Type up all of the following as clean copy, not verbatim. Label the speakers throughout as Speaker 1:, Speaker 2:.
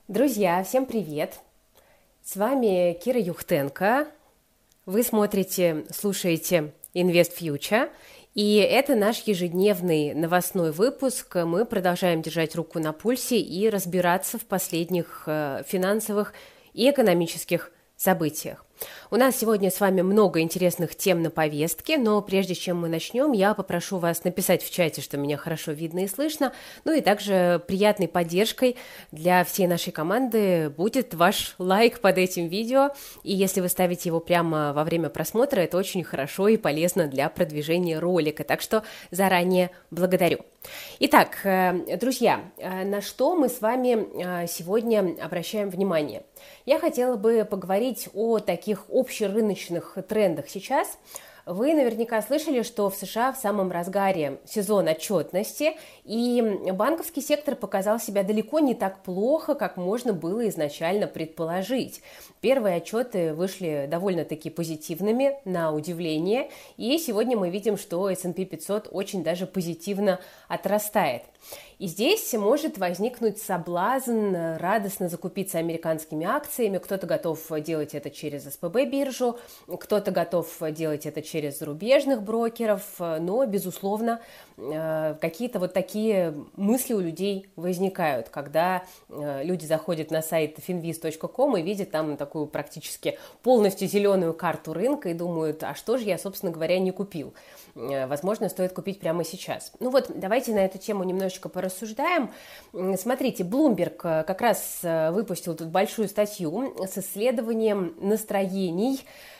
Speaker 1: Друзья, всем привет! С вами Кира Юхтенко. Вы слушаете Invest Future, и это наш ежедневный новостной выпуск. Мы продолжаем держать руку на пульсе и разбираться в последних финансовых и экономических событиях. У нас сегодня с вами много интересных тем на повестке, но прежде чем мы начнем, я попрошу вас написать в чате, что меня хорошо видно и слышно, ну и также приятной поддержкой для всей нашей команды будет ваш лайк под этим видео, и если вы ставите его прямо во время просмотра, это очень хорошо и полезно для продвижения ролика, так что заранее благодарю. Итак, друзья, на что мы с вами сегодня обращаем внимание? Я хотела бы поговорить о таких общерыночных трендах сейчас. Вы наверняка слышали, что в США в самом разгаре сезон отчетности, и банковский сектор показал себя далеко не так плохо, как можно было изначально предположить. Первые отчеты вышли довольно-таки позитивными, на удивление, и сегодня мы видим, что S&P 500 очень даже позитивно отрастает. И здесь может возникнуть соблазн радостно закупиться американскими акциями. Кто-то готов делать это через СПБ-биржу, кто-то готов делать это через зарубежных брокеров, но, безусловно, какие-то вот такие мысли у людей возникают, когда люди заходят на сайт finviz.com и видят там такую практически полностью зеленую карту рынка и думают, а что же я, собственно говоря, не купил? Возможно, стоит купить прямо сейчас. Ну вот, давайте на эту тему немножечко порассуждаем. Смотрите, Bloomberg как раз выпустил тут большую статью с исследованием настроений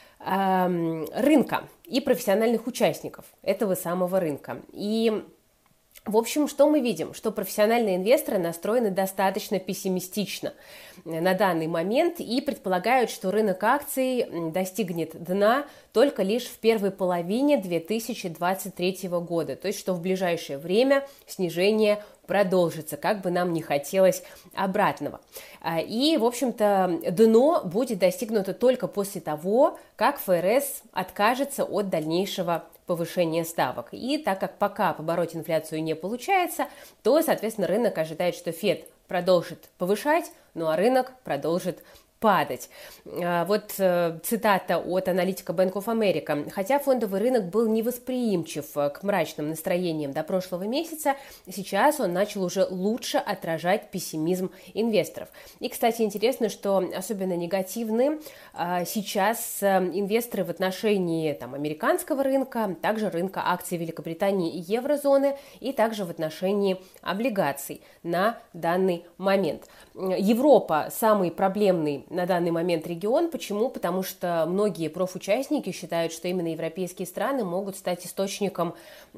Speaker 1: рынка и профессиональных участников этого самого рынка. И в общем, что мы видим? Что профессиональные инвесторы настроены достаточно пессимистично на данный момент и предполагают, что рынок акций достигнет дна только лишь в первой половине 2023 года, то есть что в ближайшее время снижение продолжится, как бы нам ни хотелось обратного. И, в общем-то, дно будет достигнуто только после того, как ФРС откажется от дальнейшего повышения ставок. И так как пока побороть инфляцию не получается, то, соответственно, рынок ожидает, что фед продолжит повышать, ну а рынок продолжит падать. Вот цитата от аналитика Bank of America. Хотя фондовый рынок был невосприимчив к мрачным настроениям до прошлого месяца, сейчас он начал уже лучше отражать пессимизм инвесторов. И, кстати, интересно, что особенно негативны сейчас инвесторы в отношении американского рынка, также рынка акций Великобритании и еврозоны, и также в отношении облигаций на данный момент. Европа самый проблемный на данный момент регион. Почему? Потому что многие профучастники считают, что именно европейские страны могут стать источником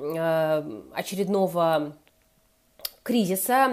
Speaker 1: очередного кризиса,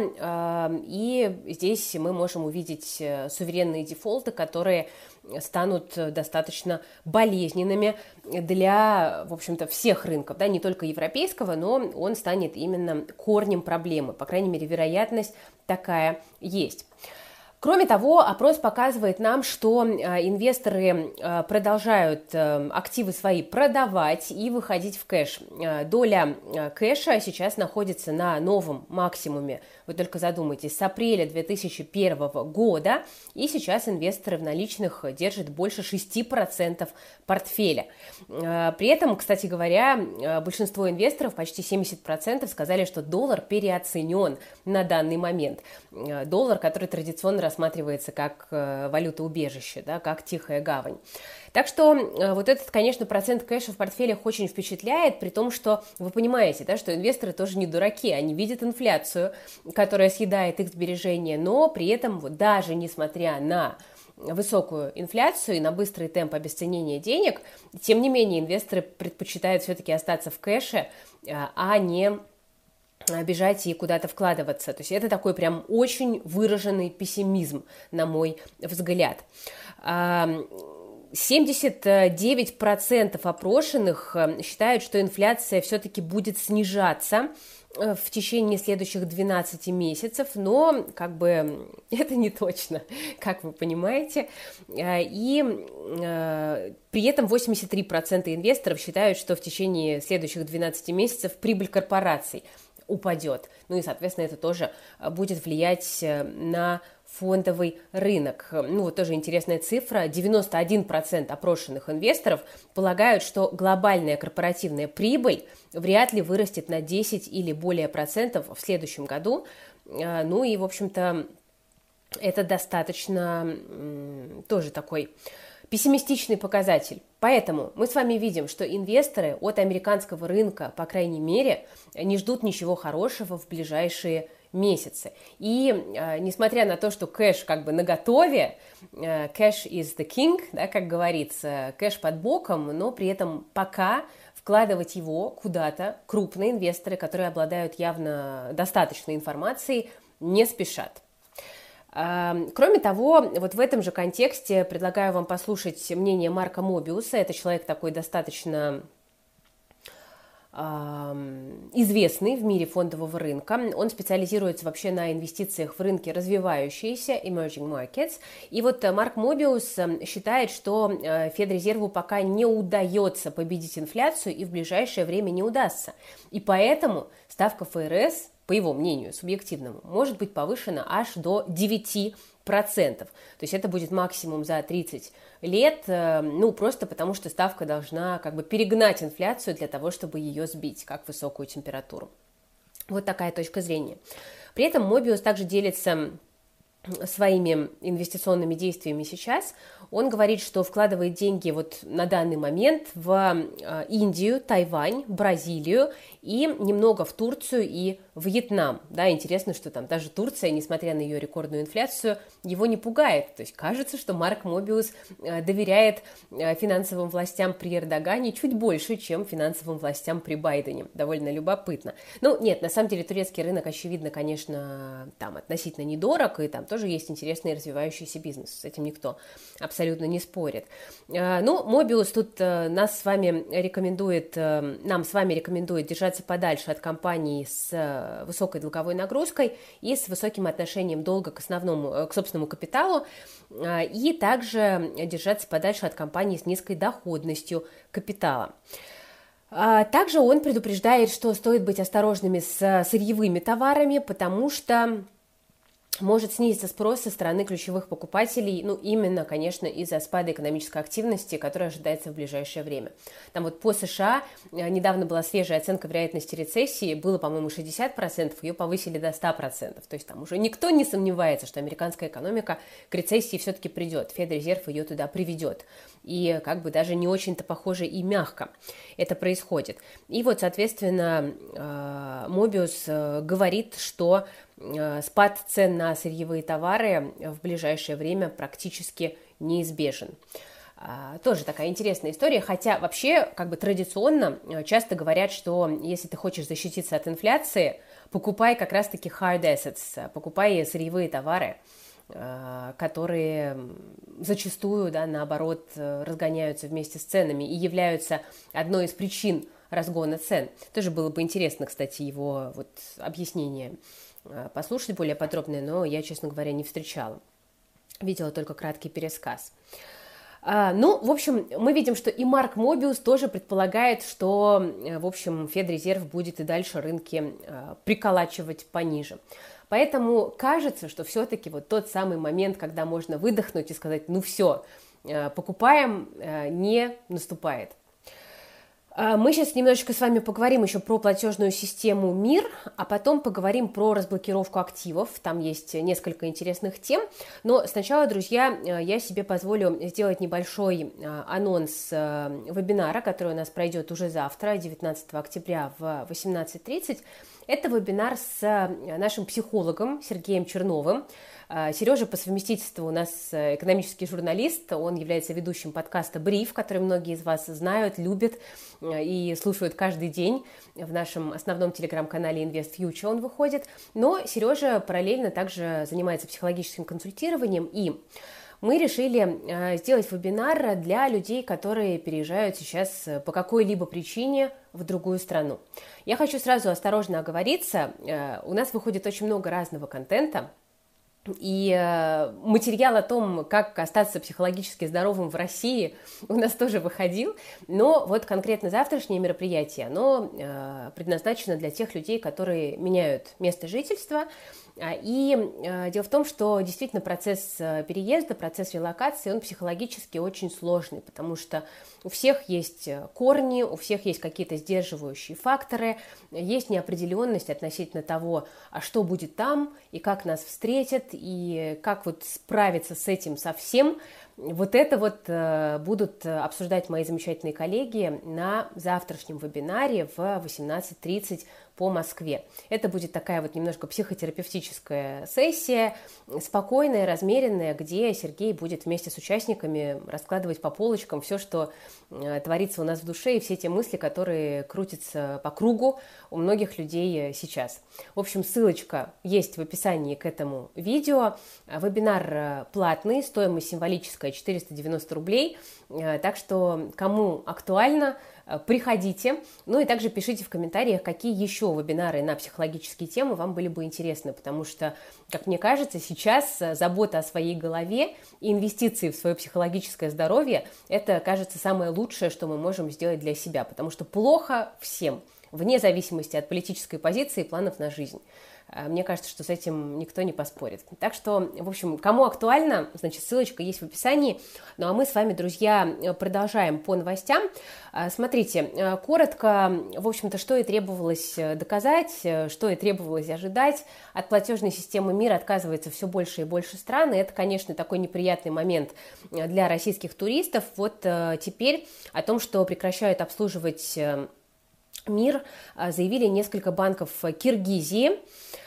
Speaker 1: и здесь мы можем увидеть суверенные дефолты, которые станут достаточно болезненными для, в общем-то, всех рынков, да, не только европейского, но он станет именно корнем проблемы, по крайней мере, вероятность такая есть. Кроме того, опрос показывает нам, что инвесторы продолжают активы свои продавать и выходить в кэш. Доля кэша сейчас находится на новом максимуме. Вы только задумайтесь, с апреля 2001 года, и сейчас инвесторы в наличных держат больше 6% портфеля. При этом, кстати говоря, большинство инвесторов, почти 70%, сказали, что доллар переоценен на данный момент. Доллар, который традиционно рассматривается как валюта-убежище, да, как тихая гавань. Так что вот этот, конечно, процент кэша в портфелях очень впечатляет, при том, что вы понимаете, да, что инвесторы тоже не дураки, они видят инфляцию, которая съедает их сбережения, но при этом вот даже несмотря на высокую инфляцию и на быстрый темп обесценения денег, тем не менее инвесторы предпочитают все-таки остаться в кэше, а не бежать и куда-то вкладываться. То есть это такой прям очень выраженный пессимизм, на мой взгляд. 79% опрошенных считают, что инфляция все-таки будет снижаться в течение следующих 12 месяцев, но как бы это не точно, как вы понимаете. И при этом 83% инвесторов считают, что в течение следующих 12 месяцев прибыль корпораций упадет. Ну и, соответственно, это тоже будет влиять на фондовый рынок. Ну, вот тоже интересная цифра. 91% опрошенных инвесторов полагают, что глобальная корпоративная прибыль вряд ли вырастет на 10 или более процентов в следующем году. Ну и, в общем-то, это достаточно тоже такой пессимистичный показатель. Поэтому мы с вами видим, что инвесторы от американского рынка, по крайней мере, не ждут ничего хорошего в ближайшие месяцы. И несмотря на то, что кэш как бы наготове, cash is the king, да, как говорится, кэш под боком, но при этом пока вкладывать его куда-то крупные инвесторы, которые обладают явно достаточной информацией, не спешат. Кроме того, вот в этом же контексте предлагаю вам послушать мнение Марка Мобиуса. Это человек такой достаточно известный в мире фондового рынка. Он специализируется вообще на инвестициях в рынке развивающиеся, emerging markets. И вот Марк Мобиус считает, что Федрезерву пока не удается победить инфляцию и в ближайшее время не удастся. И поэтому ставка ФРС, по его мнению субъективному, может быть повышена аж до 9%. То есть это будет максимум за 30 лет, ну просто потому что ставка должна как бы перегнать инфляцию для того, чтобы ее сбить, как высокую температуру. Вот такая точка зрения. При этом Мобиус также делится своими инвестиционными действиями сейчас. Он говорит, что вкладывает деньги вот на данный момент в Индию, Тайвань, Бразилию и немного в Турцию и Вьетнам. Да, интересно, что там даже Турция, несмотря на ее рекордную инфляцию, его не пугает. То есть кажется, что Марк Мобиус доверяет финансовым властям при Эрдогане чуть больше, чем финансовым властям при Байдене. Довольно любопытно. Ну, нет, на самом деле турецкий рынок, очевидно, конечно, там относительно недорог, и там тоже есть интересный развивающийся бизнес. С этим никто абсолютно не спорит. Ну, Мобиус тут нам с вами рекомендует держаться подальше от компаний с высокой долговой нагрузкой и с высоким отношением долга к собственному капиталу, и также держаться подальше от компаний с низкой доходностью капитала. Также он предупреждает, что стоит быть осторожными с сырьевыми товарами, потому что может снизиться спрос со стороны ключевых покупателей, ну, именно, конечно, из-за спада экономической активности, которая ожидается в ближайшее время. Там вот по США недавно была свежая оценка вероятности рецессии, было, по-моему, 60%, ее повысили до 100%. То есть там уже никто не сомневается, что американская экономика к рецессии все-таки придет, Федрезерв ее туда приведет. И как бы даже не очень-то похоже и мягко это происходит. И вот, соответственно, Мобиус говорит, что спад цен на сырьевые товары в ближайшее время практически неизбежен. Тоже такая интересная история, хотя вообще как бы традиционно часто говорят, что если ты хочешь защититься от инфляции, покупай как раз-таки hard assets, покупай сырьевые товары, которые зачастую, да, наоборот, разгоняются вместе с ценами и являются одной из причин разгона цен. Тоже было бы интересно, кстати, его вот объяснение послушать более подробное, но я, честно говоря, не встречала. Видела только краткий пересказ. Ну, в общем, мы видим, что и Марк Мобиус тоже предполагает, что, в общем, Федрезерв будет и дальше рынки приколачивать пониже. Поэтому кажется, что все-таки вот тот самый момент, когда можно выдохнуть и сказать, ну все, покупаем, не наступает. Мы сейчас немножечко с вами поговорим еще про платежную систему МИР, а потом поговорим про разблокировку активов. Там есть несколько интересных тем. Но сначала, друзья, я себе позволю сделать небольшой анонс вебинара, который у нас пройдет уже завтра, 19 октября в 18:30. Это вебинар с нашим психологом Сергеем Черновым. Сережа по совместительству у нас экономический журналист, он является ведущим подкаста «Бриф», который многие из вас знают, любят и слушают каждый день. В нашем основном телеграм-канале Invest Future он выходит. Но Сережа параллельно также занимается психологическим консультированием, и мы решили сделать вебинар для людей, которые переезжают сейчас по какой-либо причине в другую страну. Я хочу сразу осторожно оговориться, у нас выходит очень много разного контента, и материал о том, как остаться психологически здоровым в России, у нас тоже выходил, но вот конкретно завтрашнее мероприятие, оно предназначено для тех людей, которые меняют место жительства, И дело в том, что действительно процесс переезда, процесс релокации, он психологически очень сложный, потому что у всех есть корни, у всех есть какие-то сдерживающие факторы, есть неопределенность относительно того, а что будет там, и как нас встретят, и как вот справиться с этим совсем. Вот это вот будут обсуждать мои замечательные коллеги на завтрашнем вебинаре в 18:30 по Москве. Это будет такая вот немножко психотерапевтическая сессия, спокойная, размеренная, где Сергей будет вместе с участниками раскладывать по полочкам все, что творится у нас в душе, и все те мысли, которые крутятся по кругу у многих людей сейчас. В общем, ссылочка есть в описании к этому видео. Вебинар платный, стоимость символическая 490 рублей, так что кому актуально, приходите. Ну и также пишите в комментариях, какие еще вебинары на психологические темы вам были бы интересны, потому что, как мне кажется, сейчас забота о своей голове и инвестиции в свое психологическое здоровье – это, кажется, самое лучшее, что мы можем сделать для себя, потому что плохо всем, вне зависимости от политической позиции и планов на жизнь. Мне кажется, что с этим никто не поспорит. Так что, в общем, кому актуально, значит, ссылочка есть в описании. Ну а мы с вами, друзья, продолжаем по новостям. Смотрите, коротко, в общем-то, что и требовалось доказать, что и требовалось ожидать. От платежной системы МИР отказывается все больше и больше стран, и это, конечно, такой неприятный момент для российских туристов. Вот теперь о том, что прекращают обслуживать МИР, заявили несколько банков Киргизии.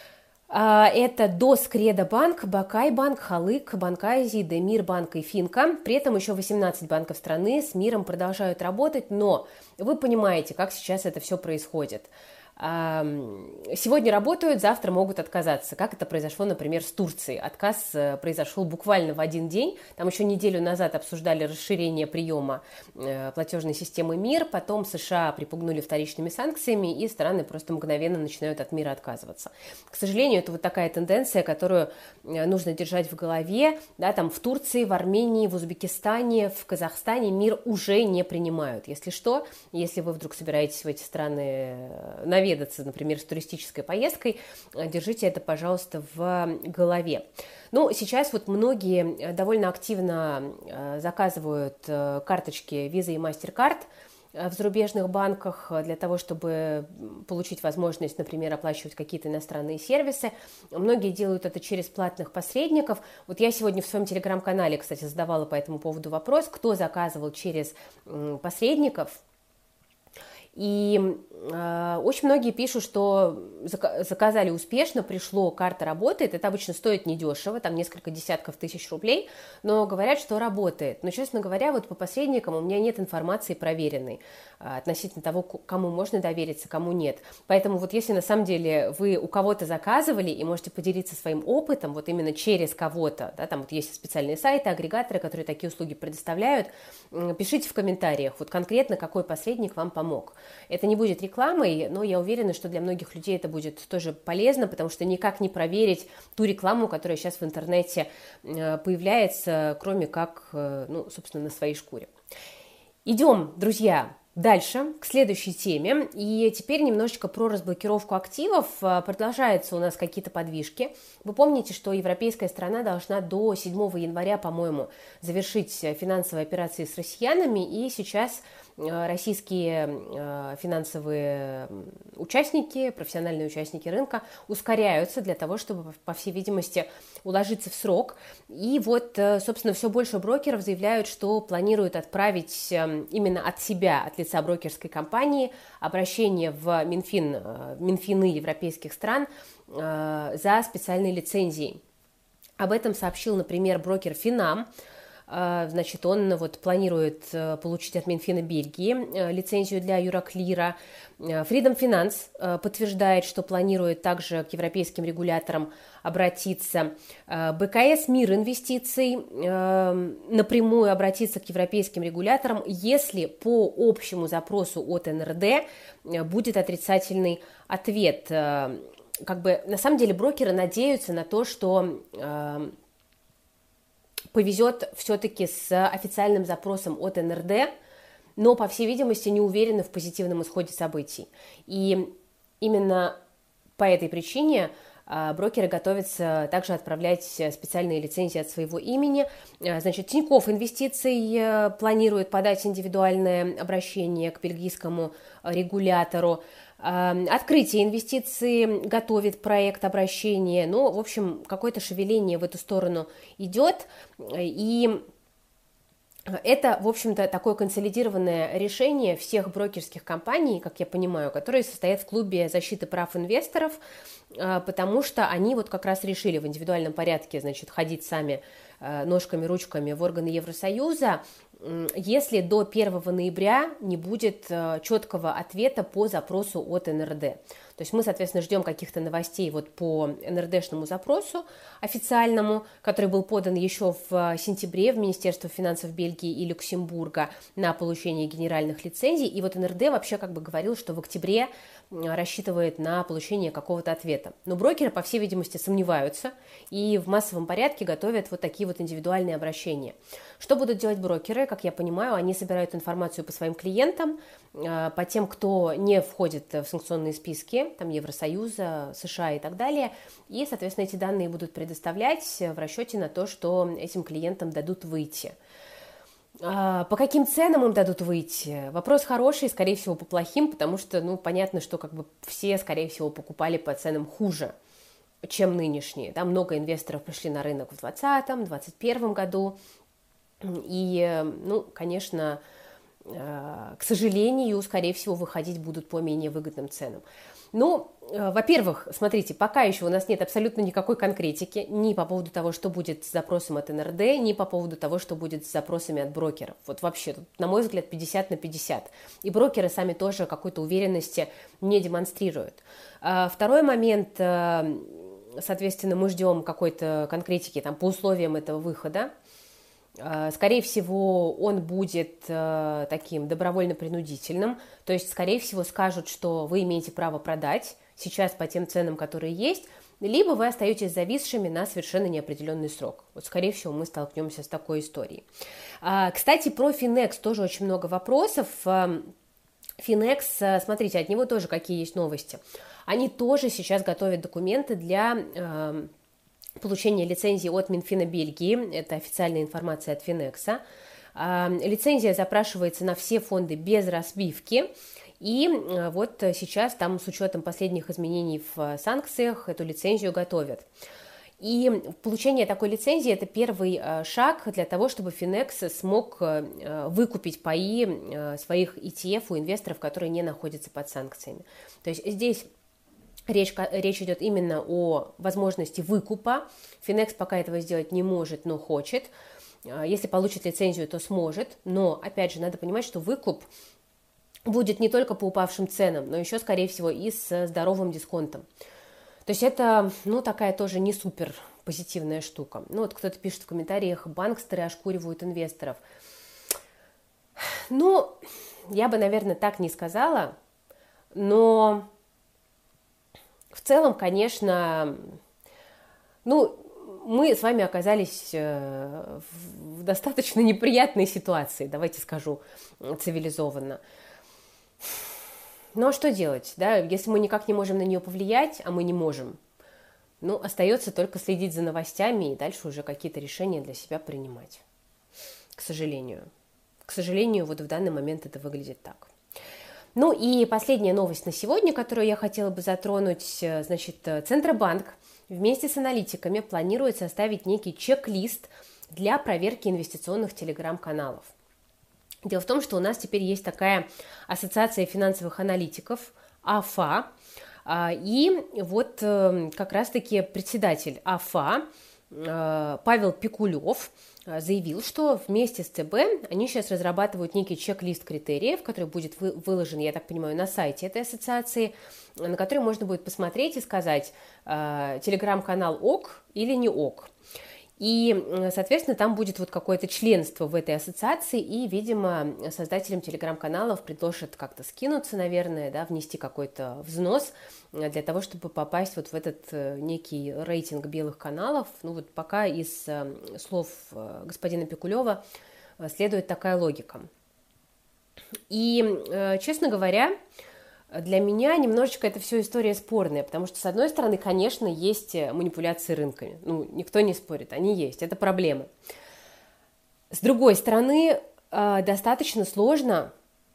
Speaker 1: Это ДОС Кредобанк, Бакай-банк, Халык, Банк Азии, Демир-банк и Финка. При этом еще 18 банков страны с МИРом продолжают работать, но вы понимаете, как сейчас это все происходит. Сегодня работают, завтра могут отказаться. Как это произошло, например, с Турцией. Отказ произошел буквально в один день. Там еще неделю назад обсуждали расширение приема платежной системы МИР. Потом США припугнули вторичными санкциями, и страны просто мгновенно начинают от МИРа отказываться. К сожалению, это вот такая тенденция, которую нужно держать в голове. Да, там в Турции, в Армении, в Узбекистане, в Казахстане МИР уже не принимают. Если что, если вы вдруг собираетесь в эти страны наведаться, например, с туристической поездкой, держите это, пожалуйста, в голове. Ну, сейчас вот многие довольно активно заказывают карточки Visa и MasterCard в зарубежных банках для того, чтобы получить возможность, например, оплачивать какие-то иностранные сервисы. Многие делают это через платных посредников. Вот я сегодня в своем телеграм-канале, кстати, задавала по этому поводу вопрос, кто заказывал через посредников. И очень многие пишут, что заказали успешно, пришло, карта работает. Это обычно стоит недешево, там несколько десятков тысяч рублей, но говорят, что работает. Но, честно говоря, вот по посредникам у меня нет информации проверенной относительно того, кому можно довериться, кому нет. Поэтому вот если на самом деле вы у кого-то заказывали и можете поделиться своим опытом, вот именно через кого-то, да, там вот есть специальные сайты, агрегаторы, которые такие услуги предоставляют, пишите в комментариях, вот конкретно какой посредник вам помог. Это не будет рекламой, но я уверена, что для многих людей это будет тоже полезно, потому что никак не проверить ту рекламу, которая сейчас в интернете появляется, кроме как, ну, собственно, на своей шкуре. Идем, друзья, дальше, к следующей теме. И теперь немножечко про разблокировку активов. Продолжаются у нас какие-то подвижки. Вы помните, что европейская страна должна до 7 января, по-моему, завершить финансовые операции с россиянами, и сейчас российские финансовые участники, профессиональные участники рынка ускоряются для того, чтобы, по всей видимости, уложиться в срок. И вот, собственно, все больше брокеров заявляют, что планируют отправить именно от себя, от лица брокерской компании, обращение в Минфины европейских стран за специальной лицензией. Об этом сообщил, например, брокер Финам. Значит, он вот планирует получить от Минфина Бельгии лицензию для Юроклира. Freedom Finance подтверждает, что планирует также к европейским регуляторам обратиться. БКС Мир Инвестиций напрямую обратиться к европейским регуляторам, если по общему запросу от НРД будет отрицательный ответ. Как бы, на самом деле брокеры надеются на то, что повезет все-таки с официальным запросом от НРД, но, по всей видимости, не уверены в позитивном исходе событий. И именно по этой причине брокеры готовятся также отправлять специальные лицензии от своего имени. Значит, Тинькофф Инвестиций планирует подать индивидуальное обращение к бельгийскому регулятору. Открытие инвестиций готовит проект обращения. Ну, в общем, какое-то шевеление в эту сторону идет. И это, в общем-то, такое консолидированное решение всех брокерских компаний, как я понимаю, которые состоят в клубе защиты прав инвесторов, потому что они вот как раз решили в индивидуальном порядке, значит, ходить сами ножками, ручками в органы Евросоюза, если до 1 ноября не будет четкого ответа по запросу от НРД. То есть мы, соответственно, ждем каких-то новостей вот по НРДшному запросу официальному, который был подан еще в сентябре в Министерство финансов Бельгии и Люксембурга на получение генеральных лицензий. И вот НРД вообще как бы говорил, что в октябре рассчитывает на получение какого-то ответа. Но брокеры, по всей видимости, сомневаются и в массовом порядке готовят вот такие вот индивидуальные обращения. Что будут делать брокеры? Как я понимаю, они собирают информацию по своим клиентам, по тем, кто не входит в санкционные списки, там Евросоюза, США и так далее, и, соответственно, эти данные будут предоставлять в расчете на то, что этим клиентам дадут выйти. По каким ценам им дадут выйти? Вопрос хороший, скорее всего, по плохим, потому что, ну, понятно, что как бы все, скорее всего, покупали по ценам хуже, чем нынешние. Там много инвесторов пришли на рынок в 2020-2021 году, и, ну, конечно, к сожалению, скорее всего, выходить будут по менее выгодным ценам. Ну, во-первых, смотрите, пока еще у нас нет абсолютно никакой конкретики ни по поводу того, что будет с запросом от НРД, ни по поводу того, что будет с запросами от брокеров. Вот вообще, тут, на мой взгляд, 50 на 50. И брокеры сами тоже какой-то уверенности не демонстрируют. Второй момент, соответственно, мы ждем какой-то конкретики там, по условиям этого выхода. Скорее всего, он будет таким добровольно-принудительным, то есть, скорее всего, скажут, что вы имеете право продать сейчас по тем ценам, которые есть, либо вы остаетесь зависшими на совершенно неопределенный срок. Вот, скорее всего, мы столкнемся с такой историей. Кстати, про Finex тоже очень много вопросов. Finex, смотрите, от него тоже какие есть новости. Они тоже сейчас готовят документы для получение лицензии от Минфина Бельгии, это официальная информация от Finex. Лицензия запрашивается на все фонды без разбивки, и вот сейчас там с учетом последних изменений в санкциях эту лицензию готовят. И получение такой лицензии – это первый шаг для того, чтобы Finex смог выкупить паи своих ETF у инвесторов, которые не находятся под санкциями. То есть здесь речь идет именно о возможности выкупа. Finex пока этого сделать не может, но хочет. Если получит лицензию, то сможет. Но, опять же, надо понимать, что выкуп будет не только по упавшим ценам, но еще, скорее всего, и с здоровым дисконтом. То есть это, ну, такая тоже не супер позитивная штука. Ну, вот кто-то пишет в комментариях, банкстеры ошкуривают инвесторов. Ну, я бы, наверное, так не сказала, но в целом, конечно, ну, мы с вами оказались в достаточно неприятной ситуации, давайте скажу цивилизованно. Ну, а что делать, да, если мы никак не можем на нее повлиять, а мы не можем, ну, остается только следить за новостями и дальше уже какие-то решения для себя принимать, к сожалению. К сожалению, вот в данный момент это выглядит так. Ну и последняя новость на сегодня, которую я хотела бы затронуть, значит, Центробанк вместе с аналитиками планирует составить некий чек-лист для проверки инвестиционных телеграм-каналов. Дело в том, что у нас теперь есть такая ассоциация финансовых аналитиков, АФА, и вот как раз-таки председатель АФА Павел Пикулев заявил, что вместе с ЦБ они сейчас разрабатывают некий чек-лист критериев, который будет выложен, я так понимаю, на сайте этой ассоциации, на который можно будет посмотреть и сказать, телеграм-канал ок или не ок. И, соответственно, там будет вот какое-то членство в этой ассоциации, и, видимо, создателям телеграм-каналов предложат как-то скинуться, наверное, да, внести какой-то взнос для того, чтобы попасть вот в этот некий рейтинг белых каналов. Ну вот пока из слов господина Пикулева следует такая логика. И, честно говоря, Для меня немножечко это все история спорная, потому что, с одной стороны, конечно, есть манипуляции рынками. Ну, никто не спорит, они есть, это проблема. С другой стороны, достаточно сложно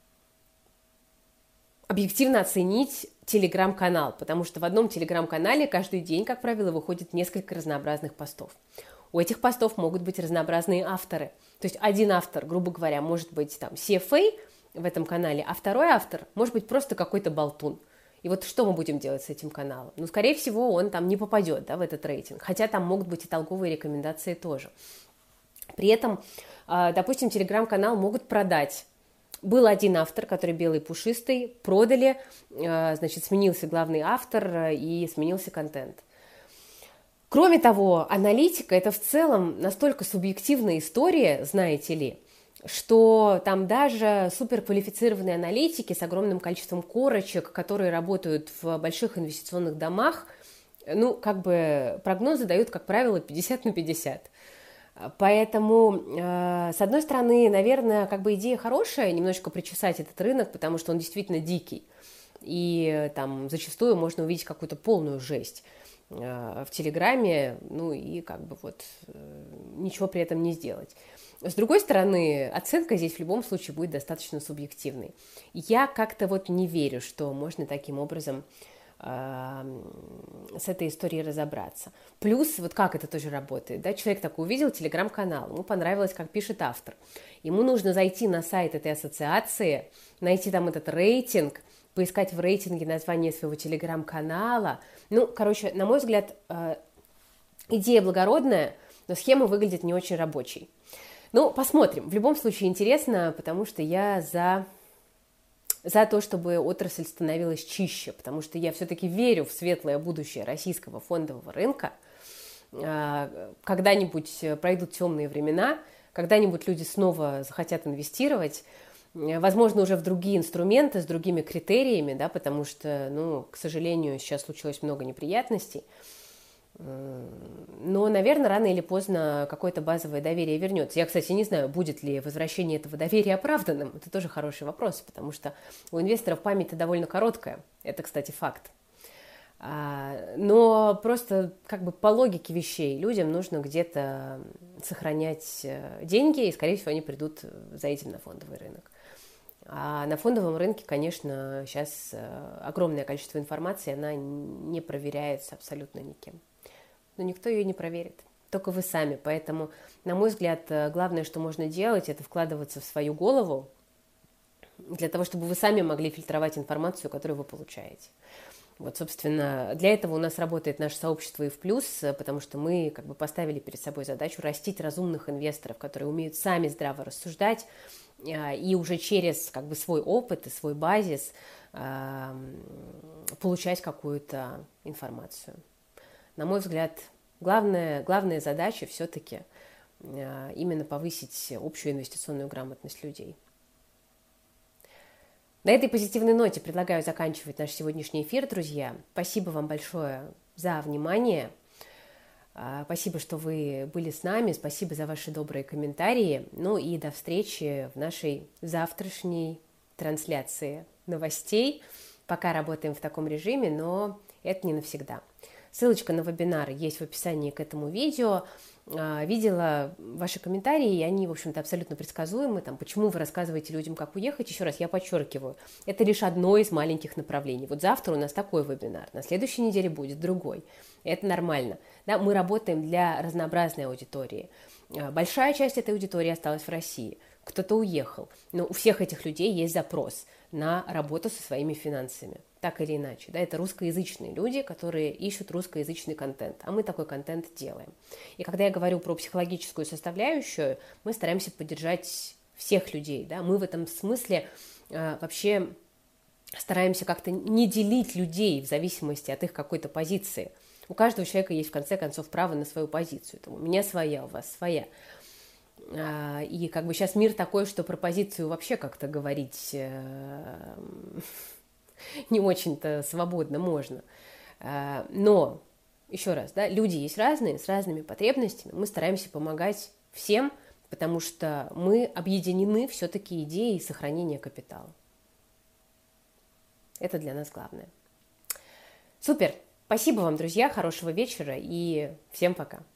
Speaker 1: объективно оценить телеграм-канал, потому что в одном телеграм-канале каждый день, как правило, выходит несколько разнообразных постов. У этих постов могут быть разнообразные авторы. То есть один автор, грубо говоря, может быть там CFA в этом канале, а второй автор может быть просто какой-то болтун. И вот что мы будем делать с этим каналом? Ну, скорее всего, он там не попадет, да, в этот рейтинг, хотя там могут быть и толковые рекомендации тоже. При этом, допустим, телеграм-канал могут продать. Был один автор, который белый пушистый, продали, значит, сменился главный автор и сменился контент. Кроме того, аналитика – это в целом настолько субъективная история, знаете ли, что там даже суперквалифицированные аналитики с огромным количеством корочек, которые работают в больших инвестиционных домах, ну, как бы прогнозы дают, как правило, 50/50. Поэтому, с одной стороны, наверное, как бы идея хорошая, немножечко причесать этот рынок, потому что он действительно дикий, и там зачастую можно увидеть какую-то полную жесть в Телеграме, ну и как бы вот ничего при этом не сделать. С другой стороны, оценка здесь в любом случае будет достаточно субъективной. Я как-то вот не верю, что можно таким образом с этой историей разобраться. Плюс, вот как это тоже работает, да, человек такой увидел телеграм-канал, ему понравилось, как пишет автор, ему нужно зайти на сайт этой ассоциации, найти там этот рейтинг, поискать в рейтинге название своего телеграм-канала. Ну, короче, на мой взгляд, идея благородная, но схема выглядит не очень рабочей. Ну, посмотрим. В любом случае интересно, потому что я за то, чтобы отрасль становилась чище, потому что я все-таки верю в светлое будущее российского фондового рынка. Когда-нибудь пройдут темные времена, когда-нибудь люди снова захотят инвестировать, возможно, уже в другие инструменты, с другими критериями, да, потому что, ну, к сожалению, сейчас случилось много неприятностей. Но, наверное, рано или поздно какое-то базовое доверие вернется. Я, кстати, не знаю, будет ли возвращение этого доверия оправданным. Это тоже хороший вопрос, потому что у инвесторов память-то довольно короткая. Это, кстати, факт. Но просто как бы по логике вещей людям нужно где-то сохранять деньги, и, скорее всего, они придут за этим на фондовый рынок. А на фондовом рынке, конечно, сейчас огромное количество информации, она не проверяется абсолютно никем. Но никто ее не проверит, только вы сами. Поэтому, на мой взгляд, главное, что можно делать, это вкладываться в свою голову для того, чтобы вы сами могли фильтровать информацию, которую вы получаете. Вот, собственно, для этого у нас работает наше сообщество и в плюс, потому что мы как бы поставили перед собой задачу растить разумных инвесторов, которые умеют сами здраво рассуждать и уже через как бы свой опыт и свой базис получать какую-то информацию. На мой взгляд, главная задача все-таки именно повысить общую инвестиционную грамотность людей. На этой позитивной ноте предлагаю заканчивать наш сегодняшний эфир, друзья. Спасибо вам большое за внимание. Спасибо, что вы были с нами. Спасибо за ваши добрые комментарии. Ну и до встречи в нашей завтрашней трансляции новостей. Пока работаем в таком режиме, но это не навсегда. Ссылочка на вебинар есть в описании к этому видео. Видела ваши комментарии, и они, в общем-то, абсолютно предсказуемы. Там, почему вы рассказываете людям, как уехать? Еще раз, я подчеркиваю, это лишь одно из маленьких направлений. Вот завтра у нас такой вебинар, на следующей неделе будет другой. Это нормально. Да? Мы работаем для разнообразной аудитории. Большая часть этой аудитории осталась в России. Кто-то уехал. Но у всех этих людей есть запрос на работу со своими финансами. Так или иначе. Да? Это русскоязычные люди, которые ищут русскоязычный контент. А мы такой контент делаем. И когда я говорю про психологическую составляющую, мы стараемся поддержать всех людей. Да? Мы в этом смысле вообще стараемся как-то не делить людей в зависимости от их какой-то позиции. У каждого человека есть, в конце концов, право на свою позицию. Там, у меня своя, у вас своя. И как бы сейчас мир такой, что про позицию вообще как-то говорить не очень-то свободно можно. Но, еще раз, да, люди есть разные, с разными потребностями. Мы стараемся помогать всем, потому что мы объединены все-таки идеей сохранения капитала. Это для нас главное. Супер! Спасибо вам, друзья, хорошего вечера и всем пока!